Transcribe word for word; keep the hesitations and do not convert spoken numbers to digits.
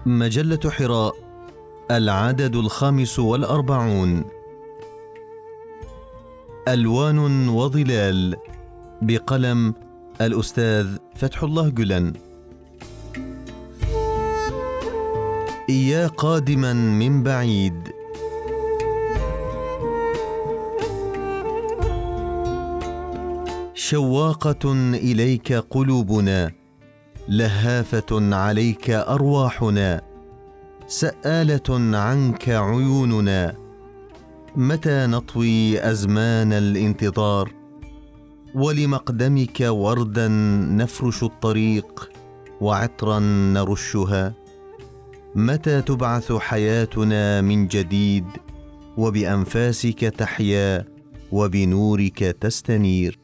مجلة حراء، العدد الخامس والأربعون. ألوان وظلال، بقلم الأستاذ فتح الله جلن. يا قادما من بعيد، شواقة إليك قلوبنا، لهافة عليك أرواحنا، سآلة عنك عيوننا. متى نطوي أزمان الانتظار، ولمقدمك وردا نفرش الطريق وعطرا نرشها؟ متى تبعث حياتنا من جديد، وبأنفاسك تحيا وبنورك تستنير؟